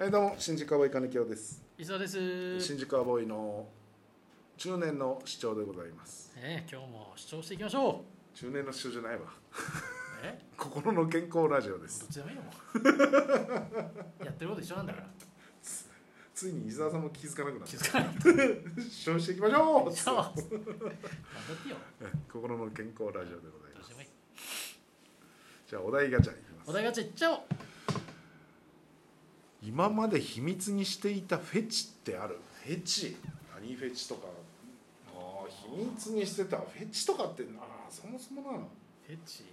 はい、どうも新宿カウボーイ金城です。 伊沢です。 新宿カウボーイの中年の主張でございます。 今日も主張していきましょう。中年の主張じゃないわ。心心の健康ラジオです。 どっちでもいいよ。やってること一緒なんだから。 ついに伊沢さんも気づかなくなった。 気づかない。 主張していきましょう。 頑張ってよ。 心の健康ラジオでございます。 どっちでもいい。 じゃあお題ガチャいきます。 お題ガチャいっちゃおう。 今まで秘密にしていたフェチってある？フェチ？何フェチとか？秘密にしてたフェチとかってそもそもなの？ フェチ？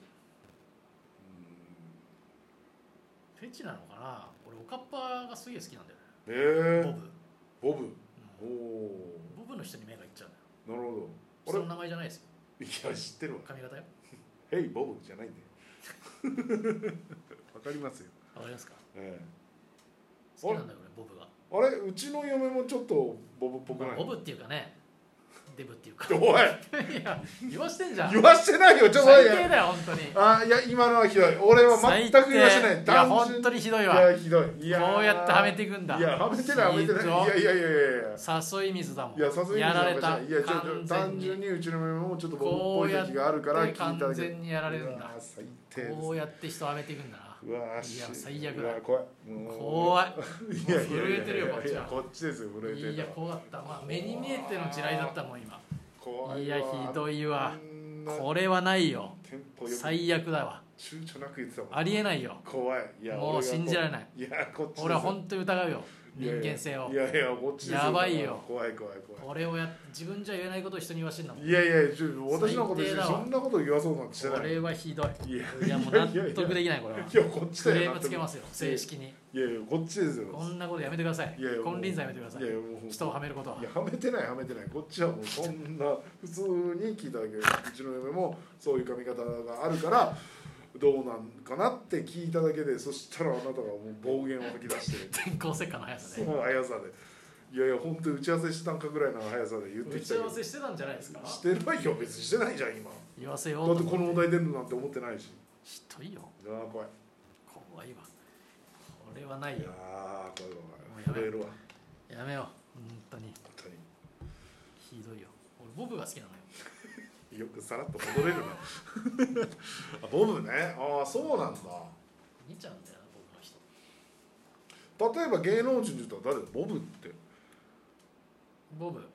フェチなのかな。俺おかっぱがすげえ好きなんだよね。ボブ。ボブの人に目がいっちゃうのよ。なるほど。 その名前じゃないですよ。 いや知ってるわ。 髪型よ。 ヘイボブじゃないんだよ。わかりますよ。 わかりますか。好きなんだよ俺ボブが。 あれうちの嫁もちょっとボブっぽくない？ ボブっていうかね。デブっていうか。 おい。 いや言わしてんじゃん。 言わしてないよ。ちょっと最低だよ本当に。 いや今のはひどい。俺は全く言わしてない。 いや本当にひどいわ。 いやひどい。いやこうやってはめていくんだ。 いやはめてない。いや誘い水だもん。 いや誘い水やられた。 いや単純にうちの嫁もちょっとボブっぽい時があるから聞いただけ。 完全にやられるんだ。 最低です。 こうやって人はめていくんだな。 うわいや最悪だ。 怖い。 怖い。震えてるよこっちは。 こっちですよ震えてる。 いや怖かった。まあ目に見えての地雷だったもん今。 いやひどいわ。これはないよ。最悪だわ。 躊躇なく言ってたもん。 ありえないよ。 怖い。いやもう信じられない。 いやこっち。 俺は本当に疑うよ。人間性を。 いやこっちですよ。 やばいよ。 怖い。 俺を自分じゃ言えないことを人に言わしてんだもん。 いや私のことそんなこと言わそうなんてしてない。 これはひどい。いやもう納得できないこれは。 いやこっちだよ。 クレームつけますよ正式に。 いやこっちですよ。 こんなことやめてください。金輪際やめてください。人をはめることは。 いやはめてない。こっちはもうそんな普通に聞いただけ。うちの嫁もそういう髪型があるからどうなんかなって聞いただけで、そしたらあなたがもう暴言を吐き出して電光石火の速さで。 その速さで。いや本当に打ち合わせしたんかぐらいの速さで言ってきたけど。 打ち合わせしてたんじゃないですか。 してないよ別にしてないじゃん今。 言わせようだってこのお題出るなんて思ってないし。 ひどいよ。 怖いわ。これはないよ。 怖い。震えるわ。 やめよう本当に。ひどいよ。俺ボブが好きなのよ。 よくさらっと戻れるな。ボブね。そうなんだ。 似ちゃうんだよなボブの人。 例えば芸能人で言ったら誰？ボブって。 ボブ。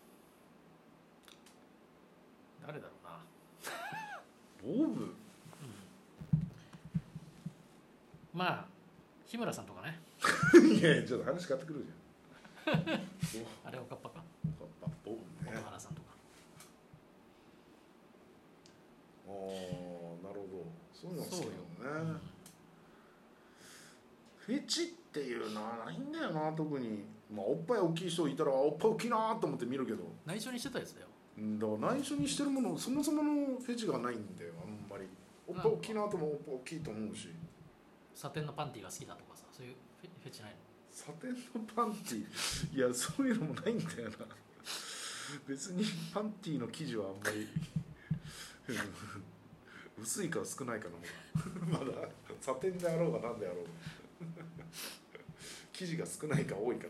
誰だろうな。 ボブ。 まあ日村さんとかね。 いやちょっと話変わってくるじゃん。 あれおかっぱか。 ボブね。 蛍原さんとか。 なるほど。そういうの好きなのね。フェチっていうのはないんだよな特に。おっぱい大きい人いたらおっぱい大きいなと思って見るけど。 内緒にしてたやつだよ。 だから内緒にしてるものそもそものフェチがないんだよあんまり。おっぱい大きいなともおっぱい大きいと思うし。 サテンのパンティが好きだとかさ、そういうフェチないの？ サテンのパンティいやそういうのもないんだよな。別にパンティの生地はあんまり薄いか少ないかの方がまだサテンであろうが何であろうが生地が少ないか多いかの、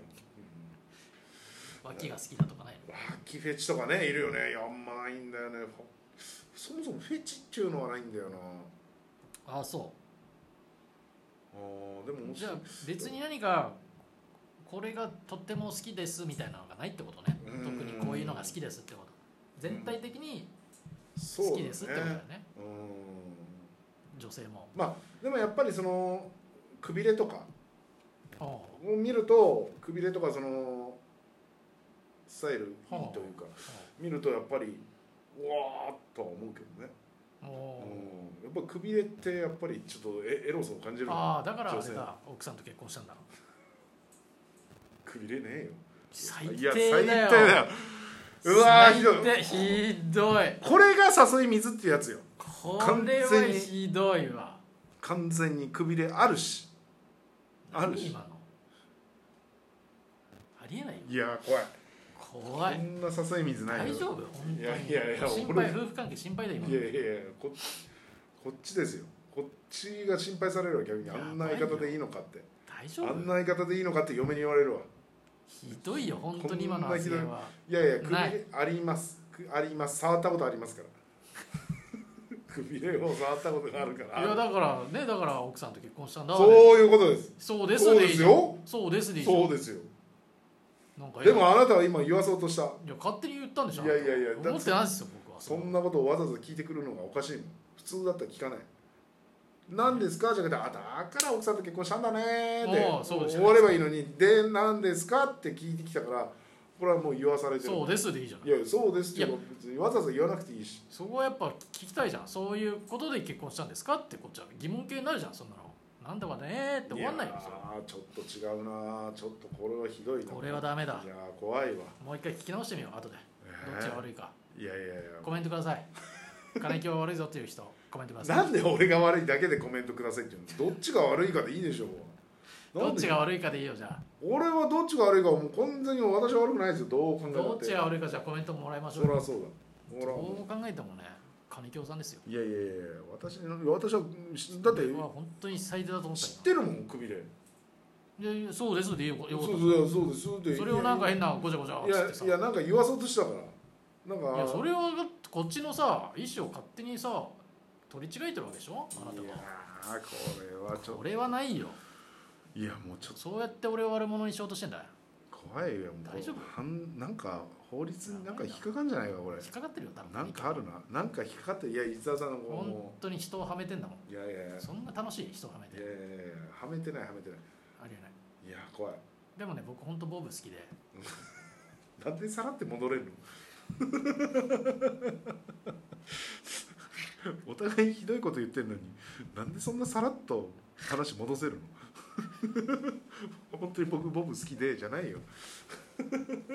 脇が好きだとかないの？ 脇フェチとかねいるよね。いやあんまないんだよね。そもそもフェチっていうのはないんだよな。 そう。 でもじゃあ別に何かこれがとっても好きですみたいなのがないってことね。特にこういうのが好きですってこと。全体的に好きですってことだよね。女性も。 でもやっぱりそのくびれとかを見るとくびれとかそのスタイルいいというか見るとやっぱりうわーっとは思うけどね。やっぱくびれってやっぱりちょっとエロさを感じる。 だからあれだ奥さんと結婚したんだ。 くびれねえよ。 最低だよ。 うわひどい。 これが誘い水っていうやつよ。 これはひどいわ。 完全にくびれあるし今のありえないよ。 いや怖い。 こんな誘い水ないよ。 大丈夫？本当に。 いや心配夫婦関係心配だ今。 いやこっちですよ。こっちが心配されるわ。逆にあんな言い方でいいのかって。 大丈夫？ あんな相方でいいのかって嫁に言われるわ。 ひどいよ本当に今の発言は。 いやいや、くびれあります、あります、触ったことありますからくびれを触ったことがあるから。 いやだからね、だから奥さんと結婚したんだ。 そういうことです。 そうですそうですよ。 そうですでいい。 そうですよ。 なんかでもあなたは今言わそうとした。 いや勝手に言ったんでしょ。 いやいやいや、 思ってないですよ僕は。 そんなことをわざわざ聞いてくるのがおかしいもん。普通だったら聞かない。何ですかじゃなくて、あ、だから奥さんと結婚したんだねって終わればいいのに、で何ですかって聞いてきたから、これはもう言わされてる。 そうですでいいじゃん。 いやそうですって別にわざわざ言わなくていいし。 そこはやっぱ聞きたいじゃん。そういうことで結婚したんですかってこっちは疑問形になるじゃん。そんなのなんだかねって終わんないよ。 ちょっと違うな。ちょっとこれはひどいな。 これはダメだ。 いや怖いわ。 もう一回聞き直してみよう後で、どっちが悪いか。 いやいやいや、 コメントください。金木は悪いぞっていう人コメントください。 なんで俺が悪いだけでコメントくださいっていうの。どっちが悪いかでいいでしょう。 どっちが悪いかでいいよ。じゃあ俺はどっちが悪いかもう完全に私は悪くないですよ。どう考えたって。 どっちが悪いかじゃあコメントもらいましょう。 そりゃそうだ。 どう考えてもね金京さんですよ。 いやいやいや、私はだって本当に最低だと思ったよ。 知ってるもんくびれ。 いやそうですでいいよ。 そうですで。 それをなんか変なごちゃごちゃってさ。 いやなんか言わそうとしたから。なんかいやそれはこっちのさ意思を勝手にさ取り違えてるわけでしょあなたは。 いやこれはちょっと。 これはないよ。 いやもうちょっとそうやって俺を悪者にしようとしてんだよ。 怖いよ。 大丈夫？ なんか法律になんか引っかかんじゃないかこれ。 引っかかってるよ多分。 なんかあるな。なんか引っかかってる。いや伊沢さんの本当に人をはめてんだもん。 いやいやいや。 そんな楽しい人をはめて。 いやいやいやはめてないはめてない。 ありえない。 いや怖い。 でもね僕本当ボブ好きで。 なんでさらって戻れるのお互いひどいこと言ってるのになんでそんなさらっと話戻せるの本当に僕ボブ好きでじゃないよなんかね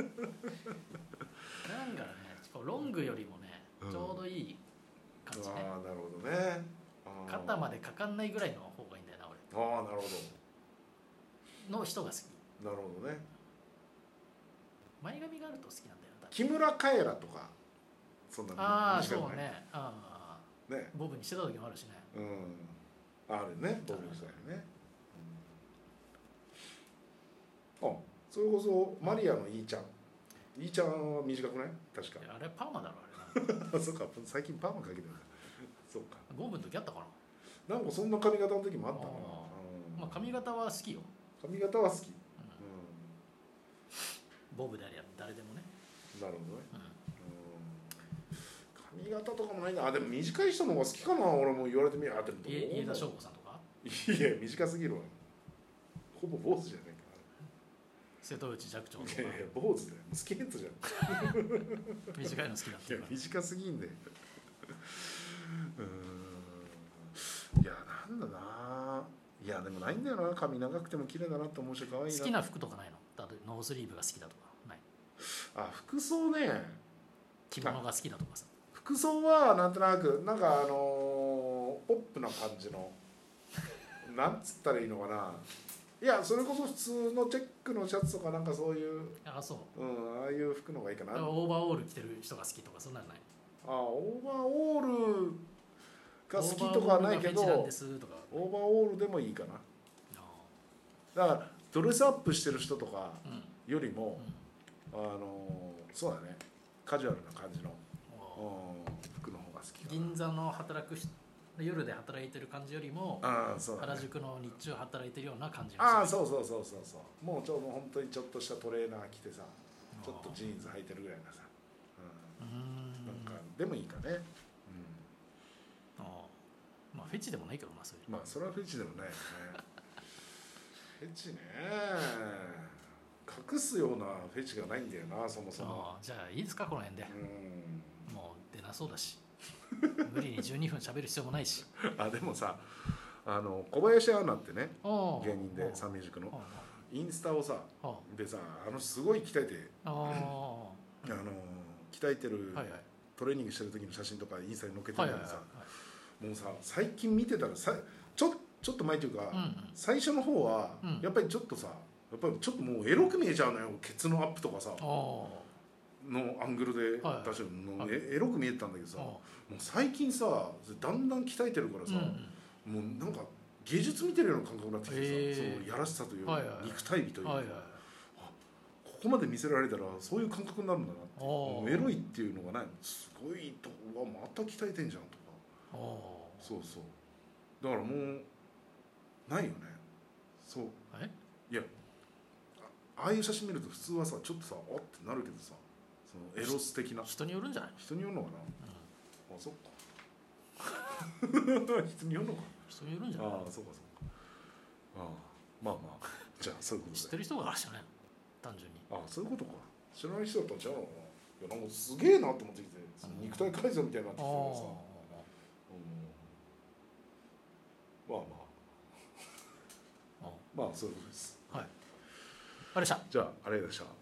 ロングよりもねちょうどいい感じね。 ああなるほどね。 肩までかかんないぐらいの方がいいんだよな俺。 ああなるほどの人が好き。 なるほどね。 前髪があると好きなんだよ。 木村カエラとかそんなああそうね。ああねボブにしてた時もあるしね。 うんあるねボブしたよね。あそれこそマリアのいいちゃんは短くない確か。 あれパーマだろあれそうか最近パーマかけてるんだ。そうかボブの時あったかな。なんかそんな髪型の時もあったな。 まあ髪型は好きよ。 髪型は好き。 ボブでありゃ誰でもね。 なるほどね。髪型とかもないんだ。あでも短い人の方が好きかな。俺も言われてみる。あでも家田翔子さんとか。 いや短すぎるわ。ほぼ坊主じゃないか。 瀬戸内寂聴とか。 いや坊主だよ。スキンヘッドじゃん。 短いの好きだっていうから。 短すぎんで。いやなんだな。いやでもないんだよな。髪長くても綺麗だなって思うし可愛いな。 好きな服とかないの？ノースリーブが好きだとかない？ あ服装ね。 着物が好きだとかさ。 服装はなんとなくなんかポップな感じのなんつったらいいのかな。いやそれこそ普通のチェックのシャツとかなんかそういうあそう。 ああいう服の方がいいかな。 オーバーオール着てる人が好きとかそんなのない？ オーバーオールが好きとかはないけどオーバーオールでもいいかな。だからドレスアップしてる人とかよりも、そうだねカジュアルな感じの服の方が好きかな。 銀座の夜で働いてる感じよりも、 そうだね、 原宿の日中働いてるような感じのそうもうちょっと本当にちょっとしたトレーナー着てさちょっとジーンズ履いてるぐらいなさ、なんかでもいいかね。 まあフェチでもないけどなそういう。 まあそれはフェチでもないよね。フェチね隠すようなフェチがないんだよなそもそも。 じゃあいいですかこの辺で。もう出なそうだし無理に12分喋る必要もないし。 でもさ小林アナってね芸人でサンミュージックのインスタをさでさすごい鍛えて鍛えてるトレーニングしてる時の写真とかインスタに載っけてるんだけどさもうさ最近見てたらちょっと前というか最初の方はやっぱりちょっとさやっぱりちょっともうエロく見えちゃうのよ。ケツのアップとかさのアングルで出してるのエロく見えてたんだけどさもう最近さだんだん鍛えてるからさもうなんか芸術見てるような感覚になってきてさ、そのやらしさというか、 はいはい、 肉体美というか、 はいはい、 ここまで見せられたらそういう感覚になるんだなって、エロいっていうのがない、すごいとこがまた鍛えてんじゃんとか、そうそう、だからもうないよね。そう、いや、ああいう写真見ると普通はさ、ちょっとさ、おってなるけどさ、そのエロス的な、 人によるんじゃない？ 人によるのかな、あ、そっか人によるのか、 人によるんじゃない？ ああ、そうかそうか、ああ、まあまあ、じゃあそういうことで知ってる人があるじゃない、単純に。 ああ、そういうことか。知らない人だったんちゃうのかな。いや、なんかすげえなと思ってきて、その肉体改造みたいになってきてさ、まあまあまあそういうことです。 はい、あれでした。 じゃああれでした。